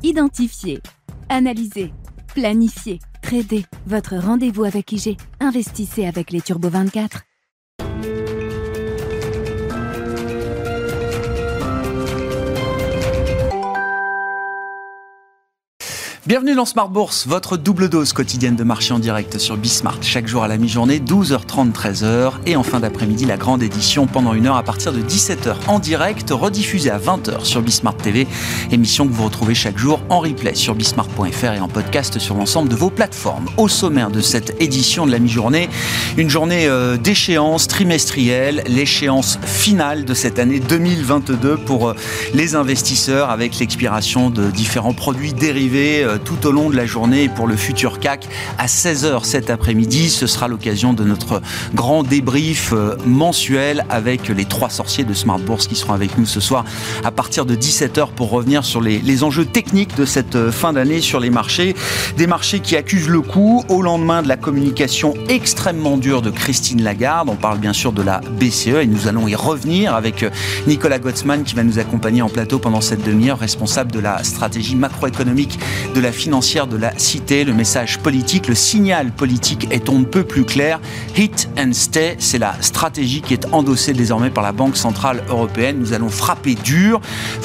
Identifier, analyser, planifier, trader. Votre rendez-vous avec IG. Investissez avec les Turbo 24. Bienvenue dans Smart Bourse, votre double dose quotidienne de marché en direct sur Bismart. Chaque jour à la mi-journée, 12h30, 13h. Et en fin d'après-midi, la grande édition pendant 1 heure à partir de 17h en direct, rediffusée à 20h sur Bismart TV. Émission que vous retrouvez chaque jour en replay sur bismart.fr et en podcast sur l'ensemble de vos plateformes. Au sommaire de cette édition de la mi-journée, une journée d'échéance trimestrielle, l'échéance finale de cette année 2022 pour les investisseurs avec l'expiration de différents produits dérivés tout au long de la journée. Et pour le futur CAC à 16h cet après-midi, ce sera l'occasion de notre grand débrief mensuel avec les 3 sorciers de Smart Bourse qui seront avec nous ce soir à partir de 17h pour revenir sur les enjeux techniques de cette fin d'année sur les marchés. Des marchés qui accusent le coup au lendemain de la communication extrêmement dure de Christine Lagarde. On parle bien sûr de la BCE et nous allons y revenir avec Nicolas Gottsman qui va nous accompagner en plateau pendant cette demi-heure, responsable de la stratégie macroéconomique de la financière de la Cité. Le message politique, le signal politique est on ne peut plus clair. Hit and stay, c'est la stratégie qui est endossée désormais par la Banque Centrale Européenne. Nous allons frapper dur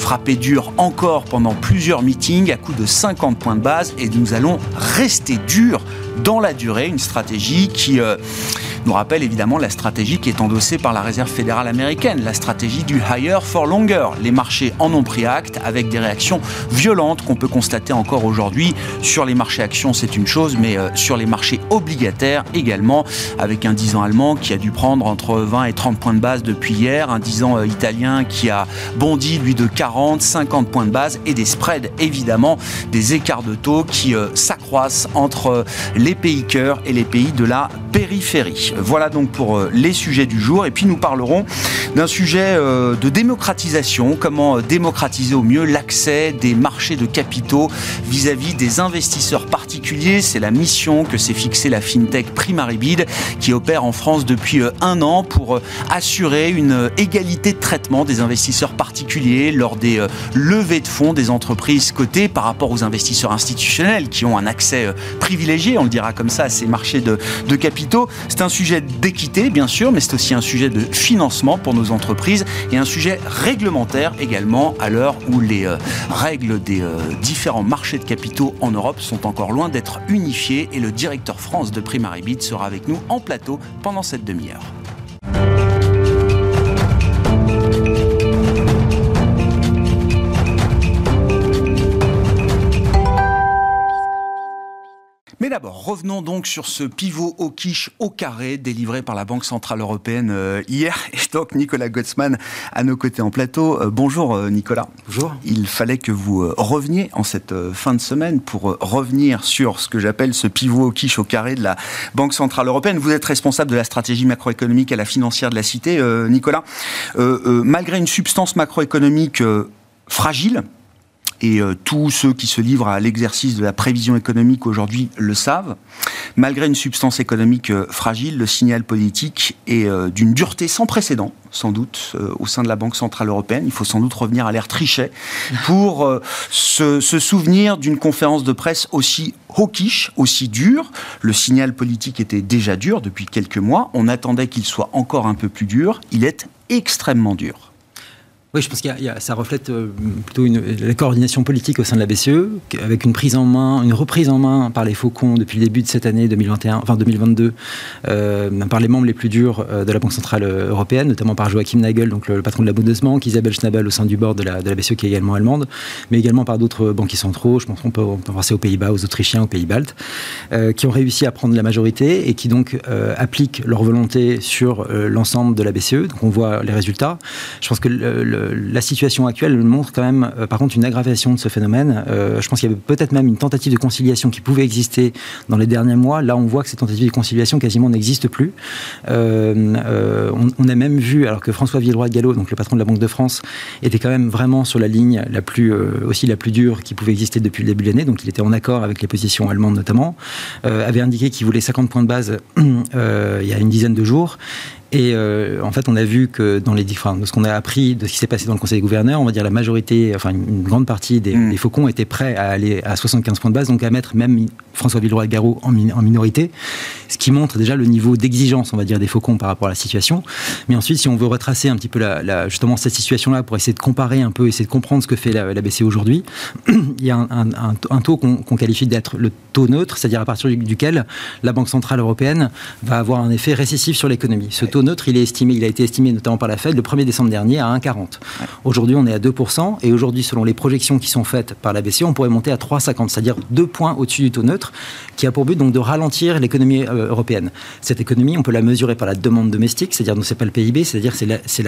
encore pendant plusieurs meetings à coût de 50 points de base et nous allons rester dur dans la durée. Une stratégie qui nous rappelle évidemment la stratégie qui est endossée par la Réserve fédérale américaine, la stratégie du higher for longer. Les marchés en ont pris acte avec des réactions violentes qu'on peut constater encore aujourd'hui. Sur les marchés actions, c'est une chose, mais sur les marchés obligataires également, avec un 10 ans allemand qui a dû prendre entre 20 et 30 points de base depuis hier, un 10 ans italien qui a bondi, lui, de 40, 50 points de base et des spreads, évidemment, des écarts de taux qui s'accroissent entre les pays cœurs et les pays de la périphérie. Voilà donc pour les sujets du jour. Et puis nous parlerons d'un sujet de démocratisation. Comment démocratiser au mieux l'accès des marchés de capitaux vis-à-vis des investisseurs particuliers. C'est la mission que s'est fixée la FinTech Primaribid qui opère en France depuis 1 an pour assurer une égalité de traitement des investisseurs particuliers lors des levées de fonds des entreprises cotées par rapport aux investisseurs institutionnels qui ont un accès privilégié, on le dira comme ça, à ces marchés de capitaux. C'est un sujet d'équité, bien sûr, mais c'est aussi un sujet de financement pour nos entreprises et un sujet réglementaire également à l'heure où les règles des différents marchés de capitaux en Europe sont encore loin d'être unifiées et le directeur France de Primaribid sera avec nous en plateau pendant cette demi-heure. Mais d'abord, revenons donc sur ce pivot au quiche au carré délivré par la Banque Centrale Européenne hier. Et donc Nicolas Gottsman à nos côtés en plateau. Bonjour Nicolas. Bonjour. Il fallait que vous reveniez en cette fin de semaine pour revenir sur ce que j'appelle ce pivot au quiche au carré de la Banque Centrale Européenne. Vous êtes responsable de la stratégie macroéconomique à la financière de la Cité, Nicolas. Malgré une substance macroéconomique fragile, et tous ceux qui se livrent à l'exercice de la prévision économique aujourd'hui le savent. Malgré une substance économique fragile, le signal politique est d'une dureté sans précédent, sans doute, au sein de la Banque Centrale Européenne. Il faut sans doute revenir à l'ère Trichet pour se souvenir d'une conférence de presse aussi hawkish, aussi dure. Le signal politique était déjà dur depuis quelques mois. On attendait qu'il soit encore un peu plus dur. Il est extrêmement dur. Oui, je pense ça reflète plutôt la coordination politique au sein de la BCE, avec une reprise en main par les faucons depuis le début de cette année 2022, par les membres les plus durs de la Banque Centrale Européenne, notamment par Joachim Nagel, donc le patron de la Bundesbank, Isabelle Schnabel au sein du board de la BCE qui est également allemande, mais également par d'autres banquiers centraux. Je pense qu'on peut penser aux Pays-Bas, aux Autrichiens, aux Pays-Baltes, qui ont réussi à prendre la majorité et qui donc appliquent leur volonté sur l'ensemble de la BCE. Donc on voit les résultats. Je pense que la situation actuelle montre quand même, par contre, une aggravation de ce phénomène. Je pense qu'il y avait peut-être même une tentative de conciliation qui pouvait exister dans les derniers mois. Là, on voit que cette tentative de conciliation quasiment n'existe plus. On a même vu, alors que François Villeroy-Gallo, donc le patron de la Banque de France, était quand même vraiment sur la ligne la plus dure qui pouvait exister depuis le début de l'année. Donc, il était en accord avec les positions allemandes notamment. Avait indiqué qu'il voulait 50 points de base il y a une dizaine de jours. Et en fait, on a vu que dans de ce qu'on a appris de ce qui s'est passé dans le Conseil des gouverneurs, on va dire la majorité, enfin une grande partie des faucons étaient prêts à aller à 75 points de base, donc à mettre même François Villeroy-Garreau en minorité, ce qui montre déjà le niveau d'exigence, on va dire, des faucons par rapport à la situation. Mais ensuite, si on veut retracer un petit peu justement cette situation-là pour essayer de comparer un peu, essayer de comprendre ce que fait la BCE aujourd'hui, il y a un taux qu'on qualifie d'être le taux neutre, c'est-à-dire à partir duquel la Banque Centrale Européenne va avoir un effet récessif sur l'économie. Ce taux neutre, il a été estimé notamment par la Fed le 1er décembre dernier à 1,40. Aujourd'hui, on est à 2%, et aujourd'hui, selon les projections qui sont faites par la BCE, on pourrait monter à 3,50, c'est-à-dire 2 points au-dessus du tôt neutre, qui a pour but donc de ralentir l'économie européenne. Cette économie, on peut la mesurer par la demande domestique, c'est-à-dire c'est pas le PIB, c'est-à-dire c'est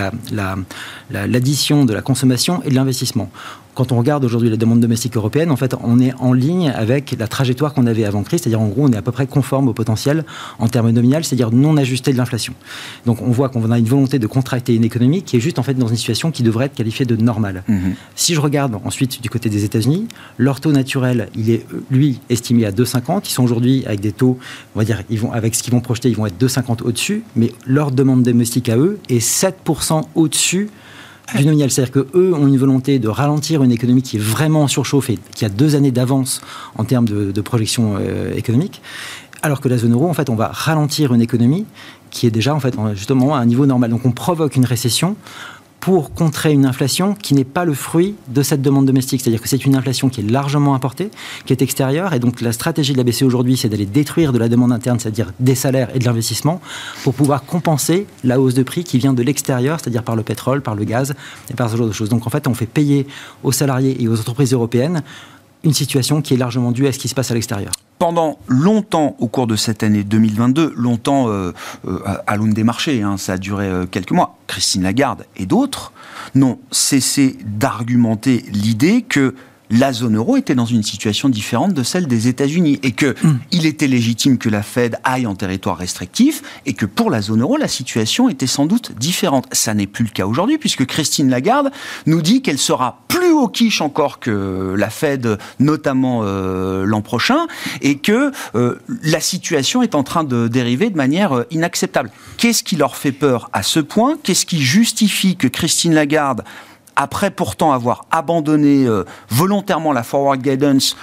l'addition de la consommation et de l'investissement. Quand on regarde aujourd'hui la demande domestique européenne, en fait, on est en ligne avec la trajectoire qu'on avait avant crise, c'est-à-dire en gros, on est à peu près conforme au potentiel en termes nominal, c'est-à-dire non ajusté de l'inflation. Donc on voit qu'on a une volonté de contracter une économie qui est juste en fait dans une situation qui devrait être qualifiée de normale. Si je regarde ensuite du côté des États-Unis, leur taux naturel, il est lui estimé à 2,50. Ils sont aujourd'hui avec des taux, on va dire, avec ce qu'ils vont projeter, ils vont être 2,50 au-dessus, mais leur demande domestique à eux est 7% au-dessus du nominal. C'est-à-dire qu'eux ont une volonté de ralentir une économie qui est vraiment en surchauffe et qui a 2 années d'avance en termes de projection économique, alors que la zone euro, en fait, on va ralentir une économie qui est déjà, en fait, justement à un niveau normal. Donc on provoque une récession pour contrer une inflation qui n'est pas le fruit de cette demande domestique. C'est-à-dire que c'est une inflation qui est largement importée, qui est extérieure, et donc la stratégie de la BCE aujourd'hui, c'est d'aller détruire de la demande interne, c'est-à-dire des salaires et de l'investissement, pour pouvoir compenser la hausse de prix qui vient de l'extérieur, c'est-à-dire par le pétrole, par le gaz, et par ce genre de choses. Donc en fait, on fait payer aux salariés et aux entreprises européennes une situation qui est largement due à ce qui se passe à l'extérieur. Pendant longtemps, au cours de cette année 2022, longtemps à l'aune des marchés, ça a duré quelques mois, Christine Lagarde et d'autres n'ont cessé d'argumenter l'idée que la zone euro était dans une situation différente de celle des États-Unis et qu'il était légitime que la Fed aille en territoire restrictif et que pour la zone euro, la situation était sans doute différente. Ça n'est plus le cas aujourd'hui puisque Christine Lagarde nous dit qu'elle sera plus au quiche encore que la Fed, notamment l'an prochain, et que la situation est en train de dériver de manière inacceptable. Qu'est-ce qui leur fait peur à ce point ? Qu'est-ce qui justifie que Christine Lagarde, après pourtant avoir abandonné volontairement la forward guidance,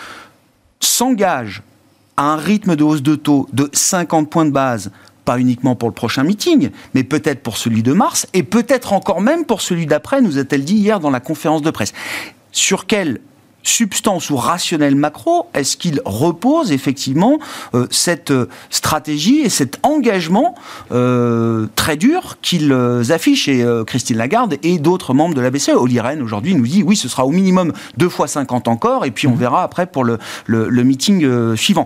s'engage à un rythme de hausse de taux de 50 points de base, pas uniquement pour le prochain meeting, mais peut-être pour celui de mars, et peut-être encore même pour celui d'après, nous a-t-elle dit hier dans la conférence de presse. Sur quelle substance ou rationnel macro est-ce qu'il repose effectivement cette stratégie et cet engagement très dur qu'ils affichent, et Christine Lagarde et d'autres membres de la BCE. Olli Rehn aujourd'hui nous dit oui, ce sera au minimum 2 fois 50 encore, et puis on verra après pour le meeting suivant.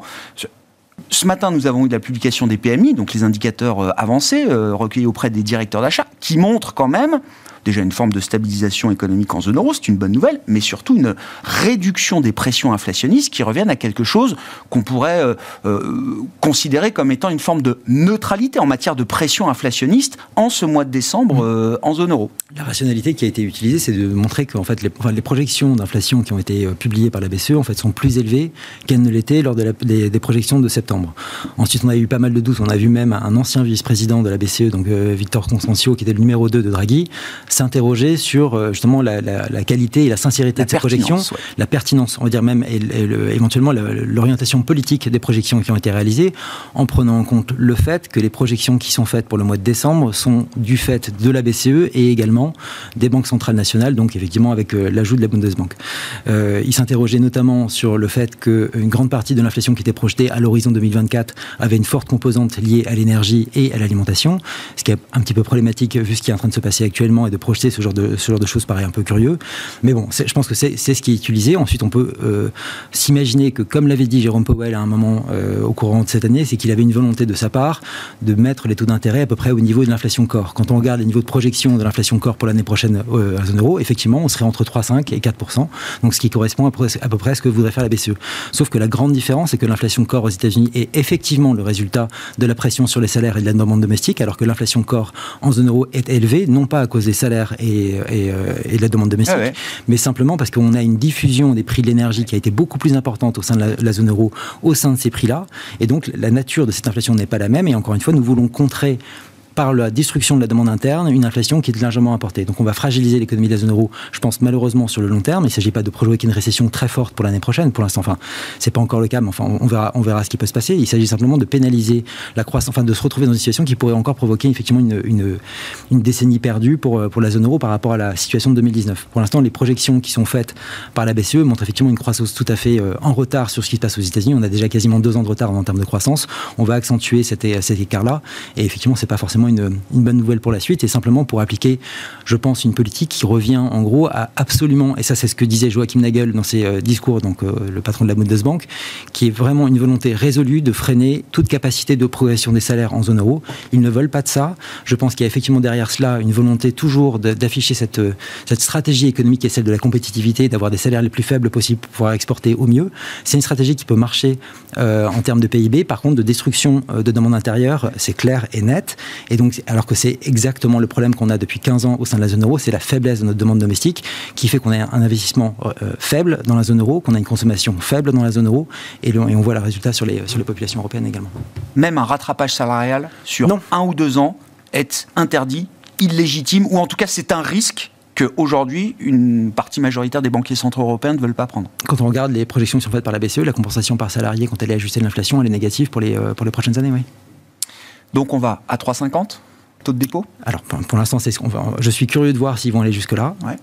Ce matin, nous avons eu la publication des PMI, donc les indicateurs avancés recueillis auprès des directeurs d'achat, qui montrent quand même déjà une forme de stabilisation économique en zone euro, c'est une bonne nouvelle, mais surtout une réduction des pressions inflationnistes qui reviennent à quelque chose qu'on pourrait considérer comme étant une forme de neutralité en matière de pression inflationniste en ce mois de décembre en zone euro. La rationalité qui a été utilisée, c'est de montrer que en fait, les projections d'inflation qui ont été publiées par la BCE en fait, sont plus élevées qu'elles ne l'étaient lors des projections de septembre. Ensuite, on a eu pas mal de doutes. On a vu même un ancien vice-président de la BCE, donc Victor Constantio, qui était le numéro 2 de Draghi, s'interroger sur justement la qualité et la sincérité de ces projections, la pertinence, on va dire même, et éventuellement l'orientation politique des projections qui ont été réalisées, en prenant en compte le fait que les projections qui sont faites pour le mois de décembre sont du fait de la BCE et également des banques centrales nationales, donc effectivement avec l'ajout de la Bundesbank. Il s'interrogeait notamment sur le fait qu'une grande partie de l'inflation qui était projetée à l'horizon 2024 avait une forte composante liée à l'énergie et à l'alimentation, ce qui est un petit peu problématique vu ce qui est en train de se passer actuellement et de projeter ce genre de choses paraît un peu curieux. Mais bon, je pense que c'est ce qui est utilisé. Ensuite, on peut s'imaginer que, comme l'avait dit Jérôme Powell à un moment au courant de cette année, c'est qu'il avait une volonté de sa part de mettre les taux d'intérêt à peu près au niveau de l'inflation core. Quand on regarde les niveaux de projection de l'inflation core pour l'année prochaine à la zone euro, effectivement, on serait entre 3,5 et 4%. Donc, ce qui correspond à peu près à ce que voudrait faire la BCE. Sauf que la grande différence, c'est que l'inflation core aux États-Unis est effectivement le résultat de la pression sur les salaires et de la demande domestique, alors que l'inflation core en zone euro est élevée, non pas à cause des salaires et de la demande domestique, mais simplement parce qu'on a une diffusion des prix de l'énergie qui a été beaucoup plus importante au sein de la zone euro, au sein de ces prix-là, et donc la nature de cette inflation n'est pas la même, et encore une fois, nous voulons contrer par la destruction de la demande interne, une inflation qui est largement importée. Donc on va fragiliser l'économie de la zone euro, je pense malheureusement sur le long terme. Il ne s'agit pas de provoquer une récession très forte pour l'année prochaine, pour l'instant. Enfin, c'est pas encore le cas, mais enfin, on verra ce qui peut se passer. Il s'agit simplement de pénaliser la croissance, enfin de se retrouver dans une situation qui pourrait encore provoquer effectivement une décennie perdue pour la zone euro par rapport à la situation de 2019. Pour l'instant, les projections qui sont faites par la BCE montrent effectivement une croissance tout à fait en retard sur ce qui se passe aux États-Unis. On a déjà quasiment 2 ans de retard en termes de croissance. On va accentuer cet écart-là. Et effectivement, c'est pas forcément une bonne nouvelle pour la suite. Et simplement pour appliquer, je pense, une politique qui revient en gros à absolument, et ça c'est ce que disait Joachim Nagel dans ses discours, donc le patron de la Bundesbank, qui est vraiment une volonté résolue de freiner toute capacité de progression des salaires en zone euro. Ils ne veulent pas de ça. Je pense qu'il y a effectivement derrière cela une volonté toujours d'afficher cette stratégie économique qui est celle de la compétitivité, d'avoir des salaires les plus faibles possibles pour pouvoir exporter au mieux. C'est une stratégie qui peut marcher en termes de PIB. Par contre, de destruction de demande intérieure, c'est clair et net. Et donc, alors que c'est exactement le problème qu'on a depuis 15 ans au sein de la zone euro, c'est la faiblesse de notre demande domestique qui fait qu'on a un investissement faible dans la zone euro, qu'on a une consommation faible dans la zone euro, et on voit le résultat sur les populations européennes également. Même un rattrapage salarial sur 1 ou 2 ans est interdit, illégitime, ou en tout cas c'est un risque qu'aujourd'hui, une partie majoritaire des banquiers centraux européens ne veulent pas prendre. Quand on regarde les projections qui sont faites par la BCE, la compensation par salarié, quand elle est ajustée de l'inflation, elle est négative pour les prochaines années, oui. Donc on va à 3,50 taux de dépôt ? Alors pour l'instant, je suis curieux de voir s'ils vont aller jusque-là. Ouais.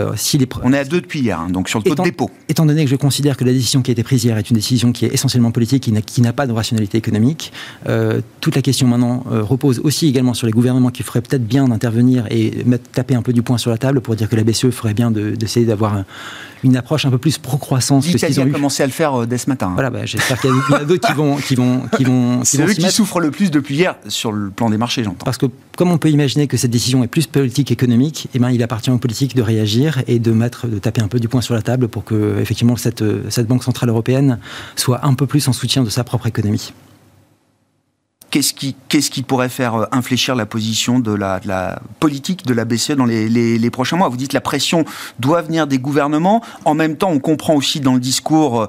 On est à 2 depuis hier, donc sur le taux de dépôt. Étant donné que je considère que la décision qui a été prise hier est une décision qui est essentiellement politique, qui n'a pas de rationalité économique, toute la question maintenant repose aussi également sur les gouvernements qui feraient peut-être bien d'intervenir et taper un peu du poing sur la table pour dire que la BCE ferait bien d'essayer d'avoir une approche un peu plus pro-croissance que ce qu'ils ont eu. L'Italie a commencé à le faire dès ce matin. Voilà, j'espère qu'il y en a d'autres qui vont c'est eux qui souffrent le plus depuis hier sur le plan des marchés, j'entends. Parce que comme on peut imaginer que cette décision est plus politique qu'économique, il appartient aux politiques de réagir et de taper un peu du poing sur la table pour que effectivement cette Banque centrale européenne soit un peu plus en soutien de sa propre économie. Qu'est-ce qui pourrait faire infléchir la position de la politique de la BCE dans les prochains mois ? Vous dites que la pression doit venir des gouvernements. En même temps, on comprend aussi dans le discours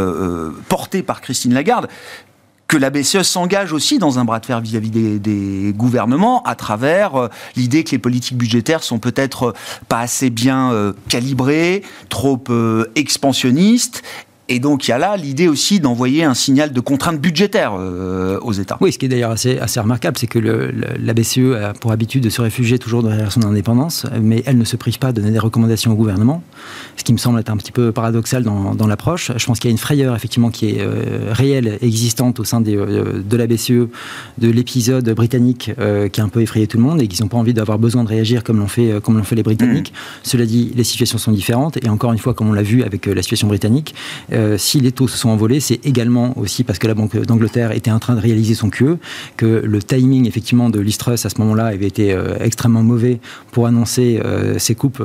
porté par Christine Lagarde que la BCE s'engage aussi dans un bras de fer vis-à-vis des gouvernements à travers l'idée que les politiques budgétaires sont peut-être pas assez bien calibrées, trop expansionnistes. Et donc, il y a là l'idée aussi d'envoyer un signal de contrainte budgétaire aux États. Oui, ce qui est d'ailleurs assez remarquable, c'est que la BCE a pour habitude de se réfugier toujours derrière son indépendance, mais elle ne se prive pas de donner des recommandations au gouvernement, ce qui me semble être un petit peu paradoxal dans l'approche. Je pense qu'il y a une frayeur, effectivement, qui est réelle, existante au sein de la BCE, de l'épisode britannique qui a un peu effrayé tout le monde et qu'ils n'ont pas envie d'avoir besoin de réagir comme l'ont fait les Britanniques. Cela dit, les situations sont différentes et encore une fois, comme on l'a vu avec la situation britannique, si les taux se sont envolés, c'est également aussi parce que la Banque d'Angleterre était en train de réaliser son QE, que le timing effectivement de Liz Truss à ce moment-là avait été extrêmement mauvais pour annoncer ces coupes,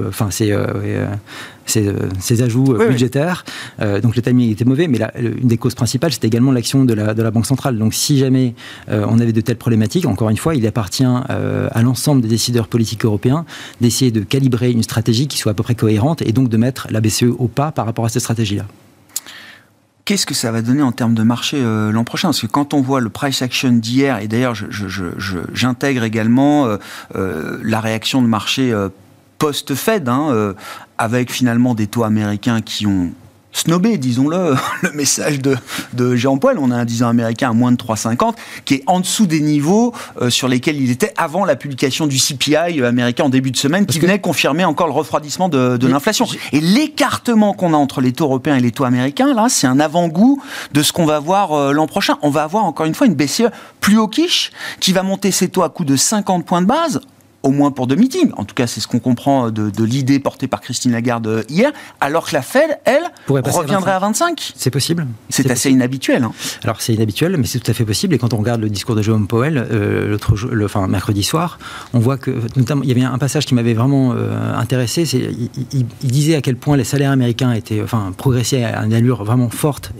ces ajouts budgétaires. Donc le timing était mauvais, mais une des causes principales, c'était également l'action de la Banque centrale. Donc si jamais on avait de telles problématiques, encore une fois, il appartient à l'ensemble des décideurs politiques européens d'essayer de calibrer une stratégie qui soit à peu près cohérente et donc de mettre la BCE au pas par rapport à cette stratégie-là. Qu'est-ce que ça va donner en termes de marché l'an prochain ? Parce que quand on voit le price action d'hier, et d'ailleurs j'intègre également la réaction de marché post-Fed, avec finalement des taux américains qui ont snobé, disons-le, le message de Jérôme Powell. On a un 10 ans américain à moins de 3,50, qui est en dessous des niveaux sur lesquels il était avant la publication du CPI américain en début de semaine, qui venait confirmer encore le refroidissement de l'inflation. Et l'écartement qu'on a entre les taux européens et les taux américains, là, c'est un avant-goût de ce qu'on va voir l'an prochain. On va avoir encore une fois une BCE plus hawkish, qui va monter ses taux à coût de 50 points de base, au moins pour deux meetings. En tout cas, c'est ce qu'on comprend de l'idée portée par Christine Lagarde hier, alors que la Fed, elle, reviendrait à 25. C'est possible. C'est assez inhabituel. Alors, c'est inhabituel, mais c'est tout à fait possible. Et quand on regarde le discours de Jérôme Powell, mercredi soir, on voit que, notamment, il y avait un passage qui m'avait vraiment intéressé. Il disait à quel point les salaires américains progressaient à une allure vraiment forte et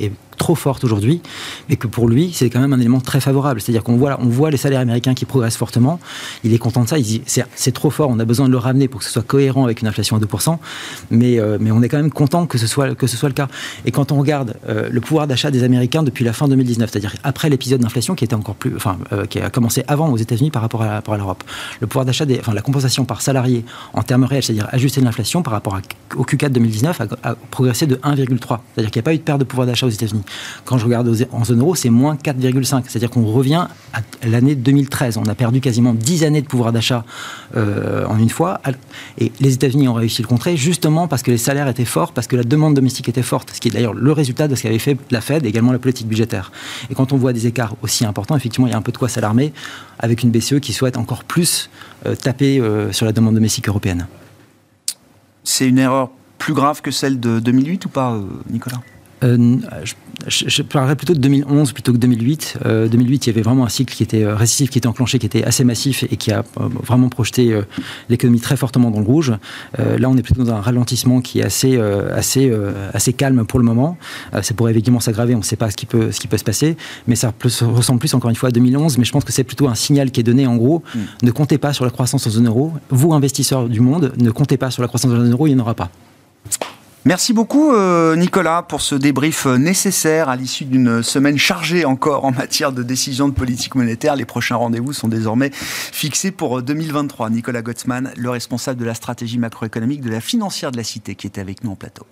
trop forte aujourd'hui, mais que pour lui, c'est quand même un élément très favorable. C'est-à-dire qu'on voit les salaires américains qui progressent fortement. Il est content de ça. Il dit c'est trop fort, on a besoin de le ramener pour que ce soit cohérent avec une inflation à 2%. Mais on est quand même content que ce soit le cas. Et quand on regarde le pouvoir d'achat des Américains depuis la fin 2019, c'est-à-dire après l'épisode d'inflation qui était encore plus, qui a commencé avant aux États-Unis par rapport à l'Europe, le pouvoir d'achat la compensation par salarié en termes réels, c'est-à-dire ajusté de l'inflation par rapport au Q4 2019 a progressé de 1,3. C'est-à-dire qu'il n'y a pas eu de perte de pouvoir d'achat aux États-Unis. Quand je regarde en zone euro, c'est moins 4,5. C'est-à-dire qu'on revient à l'année 2013. On a perdu quasiment 10 années de pouvoir d'achat en une fois. Et les États-Unis ont réussi le contrer justement parce que les salaires étaient forts, parce que la demande domestique était forte, ce qui est d'ailleurs le résultat de ce qu'avait fait la Fed et également la politique budgétaire. Et quand on voit des écarts aussi importants, effectivement, il y a un peu de quoi s'alarmer avec une BCE qui souhaite encore plus taper sur la demande domestique européenne. C'est une erreur plus grave que celle de 2008 ou pas, Nicolas ? Je parlerais plutôt de 2011 plutôt que 2008. 2008, il y avait vraiment un cycle qui était récessif, qui était enclenché, qui était assez massif et qui a vraiment projeté l'économie très fortement dans le rouge. Là, on est plutôt dans un ralentissement qui est assez calme pour le moment. Ça pourrait évidemment s'aggraver, on ne sait pas ce qui peut se passer, mais ça ressemble plus encore une fois à 2011. Mais je pense que c'est plutôt un signal qui est donné en gros. Ne comptez pas sur la croissance en zone euro. Vous, investisseurs du monde, ne comptez pas sur la croissance en zone euro, il n'y en aura pas. Merci beaucoup Nicolas pour ce débrief nécessaire à l'issue d'une semaine chargée encore en matière de décision de politique monétaire. Les prochains rendez-vous sont désormais fixés pour 2023. Nicolas Gottsman, le responsable de la stratégie macroéconomique de la Financière de la Cité, qui était avec nous en plateau.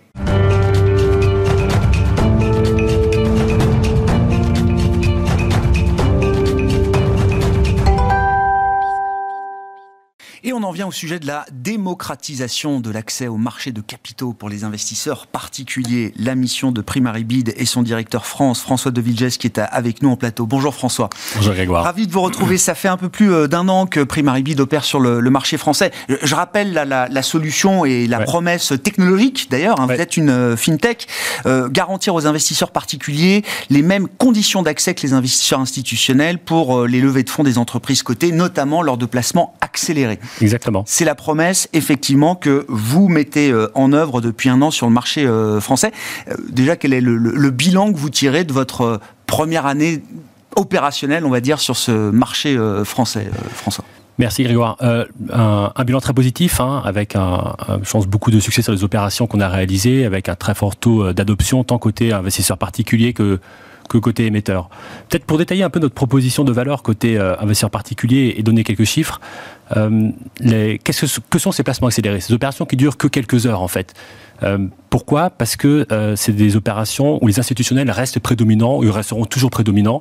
Et on en vient au sujet de la démocratisation de l'accès au marché de capitaux pour les investisseurs particuliers. La mission de Primaribid et son directeur France, François de Vilgès, qui est avec nous en plateau. Bonjour François. Bonjour Grégoire. Ravi de vous retrouver. Ça fait un peu plus d'1 an que Primaribid opère sur le marché français. Je rappelle la solution et la promesse technologique d'ailleurs. Vous êtes une fintech. Garantir aux investisseurs particuliers les mêmes conditions d'accès que les investisseurs institutionnels pour les levées de fonds des entreprises cotées, notamment lors de placements accélérés. Exactement. C'est la promesse, effectivement, que vous mettez en œuvre depuis 1 an sur le marché français. Déjà, quel est le bilan que vous tirez de votre première année opérationnelle, on va dire, sur ce marché français, François ? Merci Grégoire. Un bilan très positif, avec je pense beaucoup de succès sur les opérations qu'on a réalisées, avec un très fort taux d'adoption, tant côté investisseurs particuliers que côté émetteur. Peut-être pour détailler un peu notre proposition de valeur côté investisseurs particuliers et donner quelques chiffres, que sont ces placements accélérés ? Ces opérations qui durent que quelques heures en fait. Pourquoi ? Parce que c'est des opérations où les institutionnels restent prédominants, ils resteront toujours prédominants,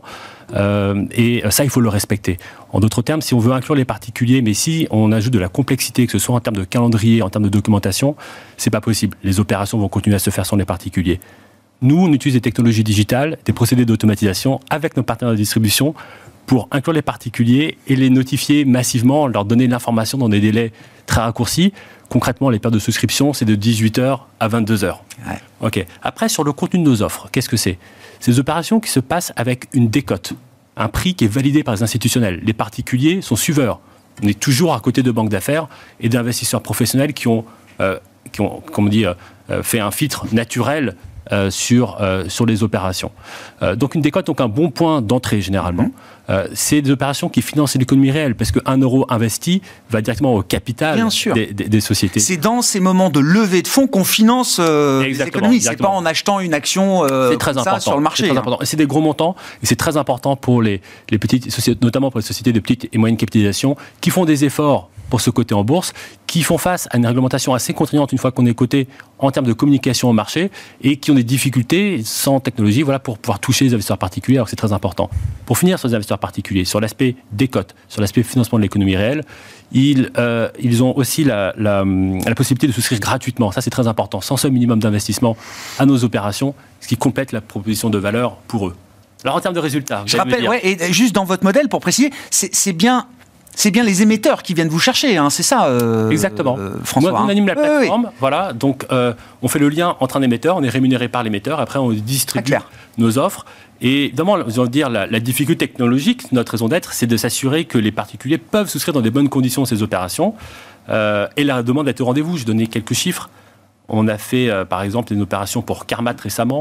et ça il faut le respecter. En d'autres termes, si on veut inclure les particuliers, mais si on ajoute de la complexité, que ce soit en termes de calendrier, en termes de documentation, c'est pas possible. Les opérations vont continuer à se faire sans les particuliers. Nous, on utilise des technologies digitales, des procédés d'automatisation avec nos partenaires de distribution pour inclure les particuliers et les notifier massivement, leur donner l'information dans des délais très raccourcis. Concrètement, les périodes de souscription, c'est de 18h à 22h. Ouais. Okay. Après, sur le contenu de nos offres, qu'est-ce que c'est ? C'est des opérations qui se passent avec une décote, un prix qui est validé par les institutionnels. Les particuliers sont suiveurs. On est toujours à côté de banques d'affaires et d'investisseurs professionnels qui ont comme on dit, fait un filtre naturel sur les opérations. Donc une décote, donc un bon point d'entrée généralement. C'est des opérations qui financent l'économie réelle, parce qu'un euro investi va directement au capital des sociétés. C'est dans ces moments de levée de fonds qu'on finance les économies. C'est pas en achetant une action sur le marché. C'est très important. Et c'est des gros montants, et c'est très important pour les petites sociétés, notamment pour les sociétés de petite et moyenne capitalisation, qui font des efforts pour se coter en bourse, qui font face à une réglementation assez contraignante une fois qu'on est coté en termes de communication au marché, et qui ont des difficultés sans technologie pour pouvoir toucher les investisseurs particuliers, alors que c'est très important. Pour finir sur les investisseurs particuliers, sur l'aspect décote, sur l'aspect financement de l'économie réelle, ils ont aussi la possibilité de souscrire gratuitement. Ça, c'est très important, sans seuil minimum d'investissement à nos opérations, ce qui complète la proposition de valeur pour eux. Alors en termes de résultats, je rappelle, et juste dans votre modèle, pour préciser, c'est bien les émetteurs qui viennent vous chercher, c'est ça, exactement. François. On anime la plateforme, voilà. Donc, on fait le lien entre un émetteur, on est rémunéré par l'émetteur, après on distribue nos offres. Et évidemment, la difficulté technologique, notre raison d'être, c'est de s'assurer que les particuliers peuvent souscrire dans des bonnes conditions ces opérations. Et la demande d'être au rendez-vous. Je donnais quelques chiffres. On a fait, par exemple, une opération pour Carmat récemment,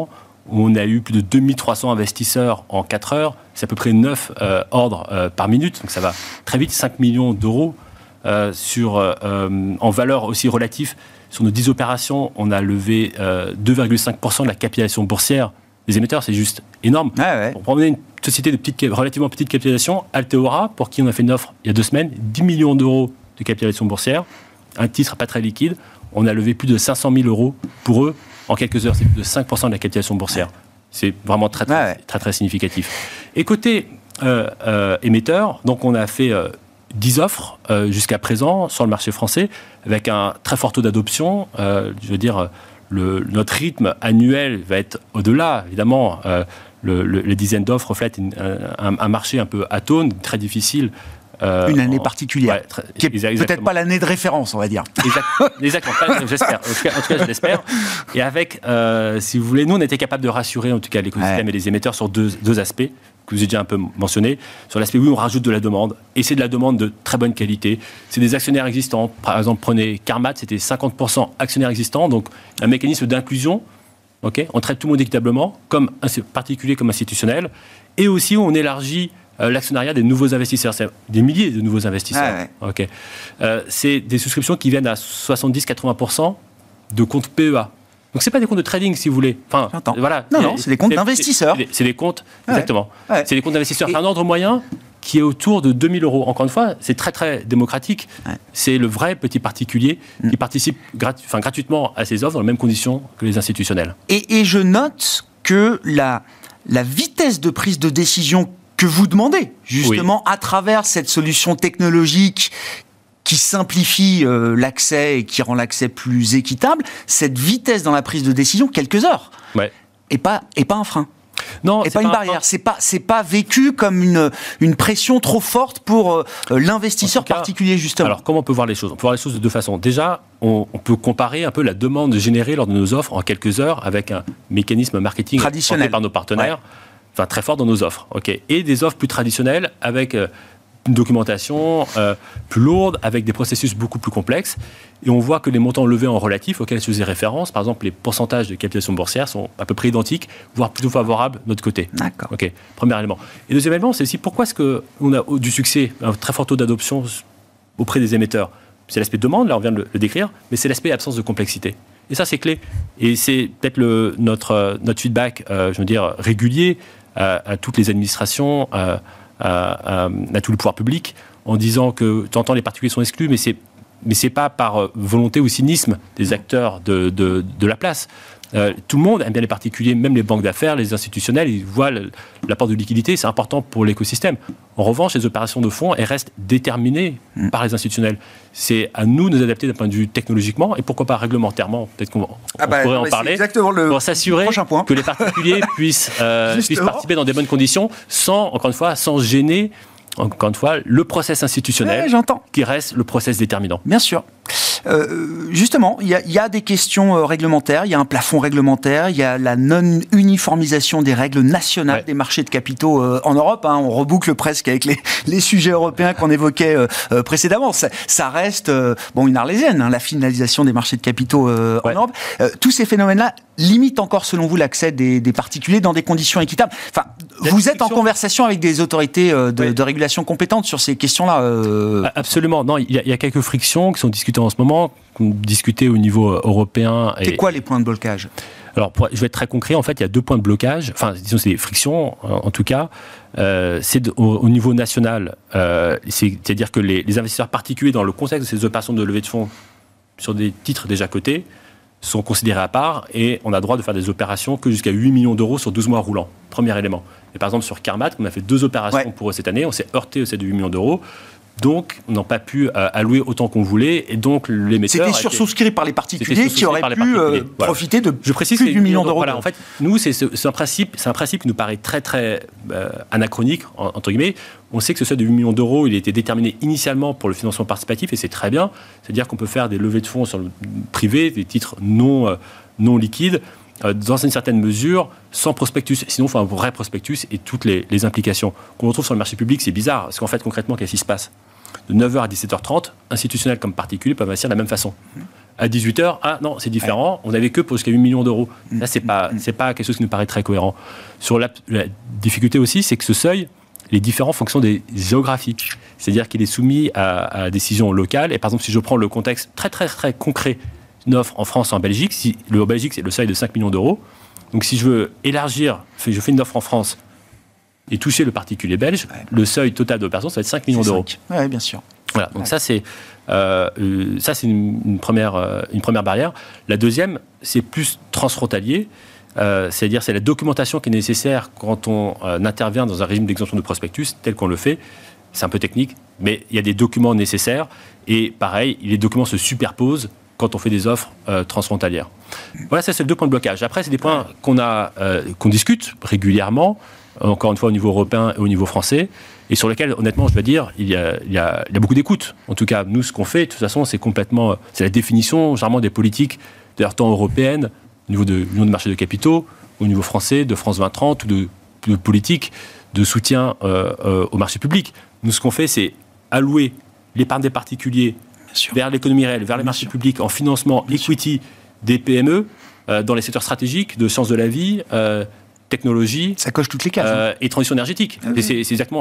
où on a eu plus de 2300 investisseurs en 4 heures. C'est à peu près 9 ordres par minute. Donc ça va très vite, 5 millions d'euros en valeur aussi relative. Sur nos 10 opérations, on a levé 2,5% de la capitalisation boursière des émetteurs. C'est juste énorme. Pour prendre une société de relativement petite capitalisation, Alteora, pour qui on a fait une offre il y a 2 semaines, 10 millions d'euros de capitalisation boursière, un titre pas très liquide. On a levé plus de 500 000 euros pour eux en quelques heures. C'est plus de 5% de la capitalisation boursière. C'est vraiment très significatif. Et côté émetteur, donc on a fait 10 offres jusqu'à présent sur le marché français, avec un très fort taux d'adoption. Je veux dire, notre rythme annuel va être au-delà, évidemment. Les dizaines d'offres reflètent un marché un peu atone, très difficile. Une année particulière, qui est peut-être pas l'année de référence, on va dire. Exactement, j'espère. En tout cas, je l'espère. Et avec, si vous voulez, nous, on était capable de rassurer, en tout cas, l'écosystème et les émetteurs sur deux aspects que vous avez déjà un peu mentionné. Sur l'aspect, oui, on rajoute de la demande, et c'est de la demande de très bonne qualité. C'est des actionnaires existants. Par exemple, prenez Carmat, c'était 50% actionnaires existants, donc un mécanisme d'inclusion. On traite tout le monde équitablement, comme particulier comme institutionnel. Et aussi, on élargit l'actionnariat des nouveaux investisseurs, c'est des milliers de nouveaux investisseurs. C'est des souscriptions qui viennent à 70-80% de comptes PEA. Donc c'est pas des comptes de trading, si vous voulez. Enfin, voilà. Non, c'est des comptes d'investisseurs. C'est des comptes, exactement. C'est des comptes d'investisseurs. C'est un ordre moyen qui est autour de 2 000 euros. Encore une fois, c'est très très démocratique. C'est le vrai petit particulier qui participe gratuitement à ces offres dans les mêmes conditions que les institutionnels. Et je note que la vitesse de prise de décision que vous demandez, justement, à travers cette solution technologique qui simplifie l'accès et qui rend l'accès plus équitable, cette vitesse dans la prise de décision, quelques heures, et pas un frein. Non, et pas une barrière. C'est pas vécu comme une pression trop forte pour l'investisseur particulier, justement. Alors, comment on peut voir les choses ? On peut voir les choses de deux façons. Déjà, on peut comparer un peu la demande générée lors de nos offres en quelques heures avec un mécanisme marketing traditionnel par nos partenaires. Très fort dans nos offres, et des offres plus traditionnelles avec une documentation plus lourde, avec des processus beaucoup plus complexes. Et on voit que les montants levés en relatif auxquels je faisais référence, par exemple les pourcentages de capitalisation boursière, sont à peu près identiques, voire plutôt favorables de notre côté. D'accord. Premier élément. Et deuxième élément, c'est aussi pourquoi est-ce qu'on a du succès, un très fort taux d'adoption auprès des émetteurs. C'est l'aspect demande, là on vient de le décrire, mais c'est l'aspect absence de complexité. Et ça, c'est clé. Et c'est peut-être notre feedback, régulier à toutes les administrations, à tout le pouvoir public, en disant que de temps en temps les particuliers sont exclus, mais c'est pas par volonté ou cynisme des acteurs de la place. Tout le monde aime bien les particuliers, même les banques d'affaires, les institutionnels, ils voient l'apport de liquidité, c'est important pour l'écosystème. En revanche, les opérations de fonds, elles restent déterminées par les institutionnels. C'est à nous de nous adapter d'un point de vue technologiquement et pourquoi pas réglementairement. Peut-être qu'on pourrait en parler pour s'assurer que les particuliers puissent participer dans des bonnes conditions sans gêner, encore une fois, le process institutionnel qui reste le process déterminant. Bien sûr. Justement, il y a des questions réglementaires, il y a un plafond réglementaire, il y a la non-uniformisation des règles nationales des marchés de capitaux en Europe. On reboucle presque avec les sujets européens qu'on évoquait précédemment. Ça reste une arlésienne, la finalisation des marchés de capitaux en Europe. Tous ces phénomènes-là limitent encore, selon vous, l'accès des particuliers dans des conditions équitables. Enfin, vous êtes en conversation avec des autorités de régulation compétentes sur ces questions-là Absolument. Non, il y a quelques frictions qui sont discutées en ce moment, qu'on discutait au niveau européen. C'est quoi les points de blocage ? Alors, je vais être très concret. En fait, il y a 2 points de blocage. Enfin, disons, c'est des frictions, en tout cas. C'est au niveau national. C'est-à-dire que les investisseurs particuliers, dans le contexte de ces opérations de levée de fonds sur des titres déjà cotés, sont considérés à part et on a le droit de faire des opérations que jusqu'à 8 millions d'euros sur 12 mois roulants. Premier élément. Et par exemple, sur Carmat, on a fait 2 opérations pour eux cette année. On s'est heurté au 7 de 8 millions d'euros. Donc, on n'a pas pu allouer autant qu'on voulait. Et donc, l'émetteur... C'était sursouscrite par les particuliers qui auraient pu profiter de plus de 8 millions d'euros. Voilà, en fait, nous, c'est un principe qui nous paraît très, très anachronique, entre guillemets. On sait que ce seuil de 8 millions d'euros, il a été déterminé initialement pour le financement participatif, et c'est très bien. C'est-à-dire qu'on peut faire des levées de fonds sur le privé, des titres non liquides, dans une certaine mesure, sans prospectus. Sinon, il faut un vrai prospectus et toutes les implications qu'on retrouve sur le marché public. C'est bizarre, parce qu'en fait, concrètement, qu'est-ce qui se passe ? De 9h à 17h30, institutionnels comme particuliers peuvent investir de la même façon. À 18h, ah non, c'est différent, on n'avait que pour jusqu'à 8 millions d'euros. Là, c'est pas quelque chose qui nous paraît très cohérent. Sur la difficulté aussi, c'est que ce seuil, il est différent en fonction des géographies. C'est-à-dire qu'il est soumis à décision locale. Et par exemple, si je prends le contexte très, très, très concret d'une offre en France ou en Belgique, en Belgique, c'est le seuil de 5 millions d'euros. Donc, si je veux élargir, je fais une offre en France et toucher le particulier belge, le seuil total d'opération, ça va être 5 millions d'euros. Oui, bien sûr. Voilà, donc ça c'est une première barrière. La deuxième, c'est plus transfrontalier, c'est-à-dire c'est la documentation qui est nécessaire quand on intervient dans un régime d'exemption de prospectus tel qu'on le fait. C'est un peu technique, mais il y a des documents nécessaires et pareil, les documents se superposent quand on fait des offres transfrontalières. Voilà, ça c'est le 2 points de blocage. Après, c'est des points qu'on discute régulièrement, encore une fois au niveau européen et au niveau français, et sur lesquels, honnêtement, je dois dire, il y a beaucoup d'écoute. En tout cas, nous, ce qu'on fait, de toute façon, c'est la définition, généralement, des politiques, d'ailleurs, tant européennes, au niveau de l'Union de marché de capitaux, au niveau français, de France 2030, ou de politique de soutien au marché public. Nous, ce qu'on fait, c'est allouer l'épargne des particuliers vers l'économie réelle, vers les marchés publics, en financement equity des PME, dans les secteurs stratégiques de sciences de la vie, technologie, ça coche toutes les cases, et transition énergétique. Oui. C'est exactement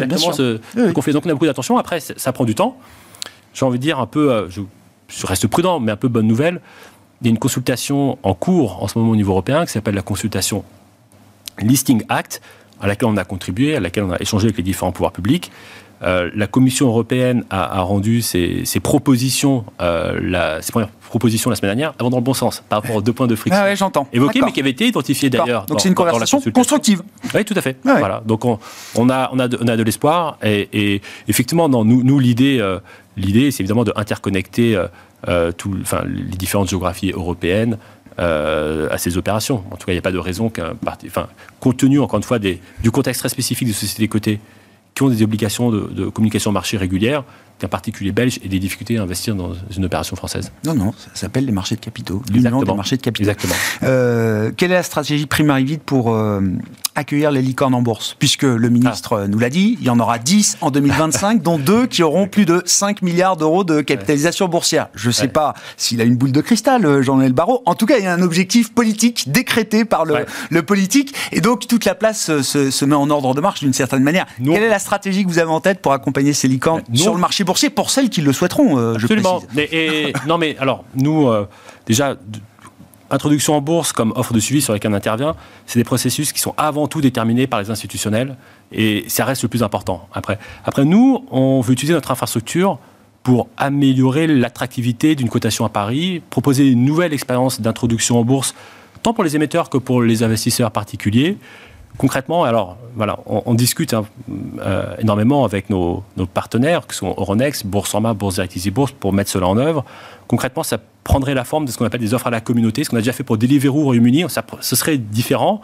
ce qu'on fait. Donc on a beaucoup d'attention. Après, ça prend du temps. J'ai envie de dire un peu, je reste prudent, mais un peu bonne nouvelle. Il y a une consultation en cours en ce moment au niveau européen qui s'appelle la consultation Listing Act, à laquelle on a contribué, à laquelle on a échangé avec les différents pouvoirs publics. La Commission européenne a rendu ses propositions, ses premières propositions la semaine dernière, elles vont dans le bon sens par rapport aux 2 points de friction j'entends. évoqués, mais qui avaient été identifiés d'ailleurs. Donc c'est une conversation constructive. Oui, tout à fait. Voilà. Donc on a de l'espoir et effectivement, non, nous l'idée, c'est évidemment de interconnecter les différentes géographies européennes à ces opérations. En tout cas, il n'y a pas de raison compte tenu encore une fois du contexte très spécifique des sociétés cotées qui ont des obligations de communication marché régulière, qu'un particulier belge ait des difficultés à investir dans une opération française. Non, ça s'appelle les marchés de capitaux. L'union des marchés de capitaux. Exactement. Quelle est la stratégie Primavide pour accueillir les licornes en bourse ? Puisque le ministre nous l'a dit, il y en aura 10 en 2025, dont 2 qui auront plus de 5 milliards d'euros de capitalisation boursière. Je ne sais pas s'il a une boule de cristal, Jean-Noël Barrot. En tout cas, il y a un objectif politique décrété par le politique. Et donc, toute la place se met en ordre de marche d'une certaine manière. Quelle est la stratégie que vous avez en tête pour accompagner ces licornes sur le marché boursier, pour celles qui le souhaiteront, Absolument. je précise. Non, mais alors, nous, déjà, introduction en bourse comme offre de suivi sur lesquels on intervient, c'est des processus qui sont avant tout déterminés par les institutionnels et ça reste le plus important. Après nous, on veut utiliser notre infrastructure pour améliorer l'attractivité d'une cotation à Paris, proposer une nouvelle expérience d'introduction en bourse, tant pour les émetteurs que pour les investisseurs particuliers. Concrètement, alors voilà, on discute énormément avec nos partenaires, qui sont Euronext, Boursorama, Bourse Direct Easy Bourse, pour mettre cela en œuvre. Concrètement, ça prendrait la forme de ce qu'on appelle des offres à la communauté, ce qu'on a déjà fait pour Deliveroo au Royaume-Uni. Ce serait différent.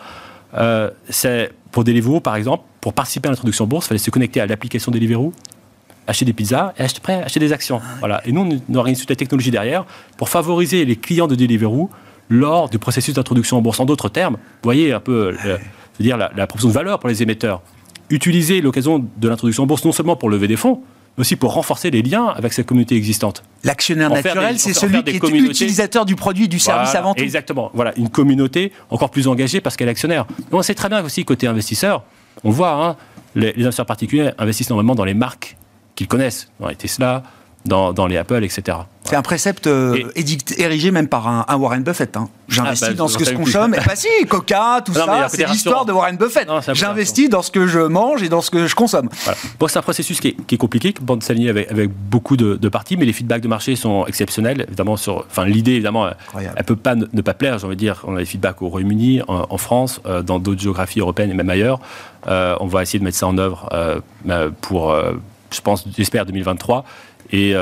C'est pour Deliveroo, par exemple, pour participer à l'introduction en bourse, il fallait se connecter à l'application Deliveroo, acheter des pizzas et acheter des actions. Voilà. Et nous, on organise toute la technologie derrière pour favoriser les clients de Deliveroo lors du processus d'introduction en bourse. En d'autres termes, vous voyez un peu... c'est-à-dire la proposition de valeur pour les émetteurs. Utiliser l'occasion de l'introduction en bourse non seulement pour lever des fonds, mais aussi pour renforcer les liens avec cette communauté existante. L'actionnaire naturel, c'est celui qui est utilisateur du produit et du service avant tout. Exactement. Voilà, une communauté encore plus engagée parce qu'elle est actionnaire. Mais on sait très bien aussi, côté investisseur, on voit, les investisseurs particuliers investissent normalement dans les marques qu'ils connaissent, dans les Tesla, dans les Apple, etc. C'est un précepte érigé même par un Warren Buffett. J'investis dans ce que je consomme. Si, Coca, tout ça, c'est l'histoire de Warren Buffett. J'investis dans ce que je mange et dans ce que je consomme. Voilà. Bon, c'est un processus qui est compliqué, qui peut s'aligner avec beaucoup de parties, mais les feedbacks de marché sont exceptionnels. Évidemment, l'idée, évidemment, elle ne peut pas ne pas plaire. J'ai envie de dire, on a des feedbacks au Royaume-Uni, en France, dans d'autres géographies européennes et même ailleurs. On va essayer de mettre ça en œuvre pour, j'espère, 2023. Et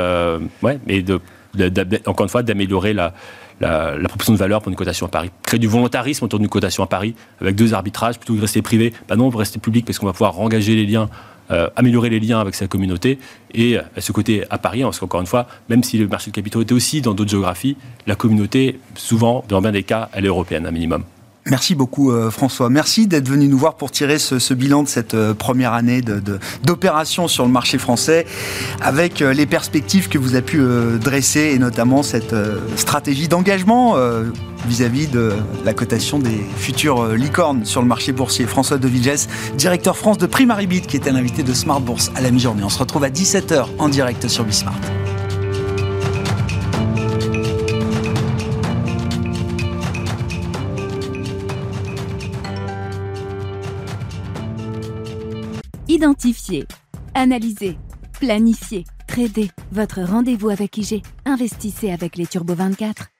encore une fois, d'améliorer la proposition de valeur pour une cotation à Paris. Créer du volontarisme autour d'une cotation à Paris, avec 2 arbitrages, plutôt que de rester privé. Non, on va rester public parce qu'on va pouvoir engager les liens, améliorer les liens avec sa communauté. Et ce côté à Paris, parce qu'encore une fois, même si le marché de capitaux était aussi dans d'autres géographies, la communauté, souvent, dans bien des cas, elle est européenne, un minimum. Merci beaucoup François. Merci d'être venu nous voir pour tirer ce bilan de cette première année d'opération sur le marché français avec les perspectives que vous avez pu dresser et notamment cette stratégie d'engagement vis-à-vis de la cotation des futures licornes sur le marché boursier. François de Vilgès, directeur France de Primaribit, qui était l'invité de Smart Bourse à la mi-journée. On se retrouve à 17h en direct sur Bismart. Identifiez, analysez, planifiez, tradez. Votre rendez-vous avec IG. Investissez avec les Turbo 24.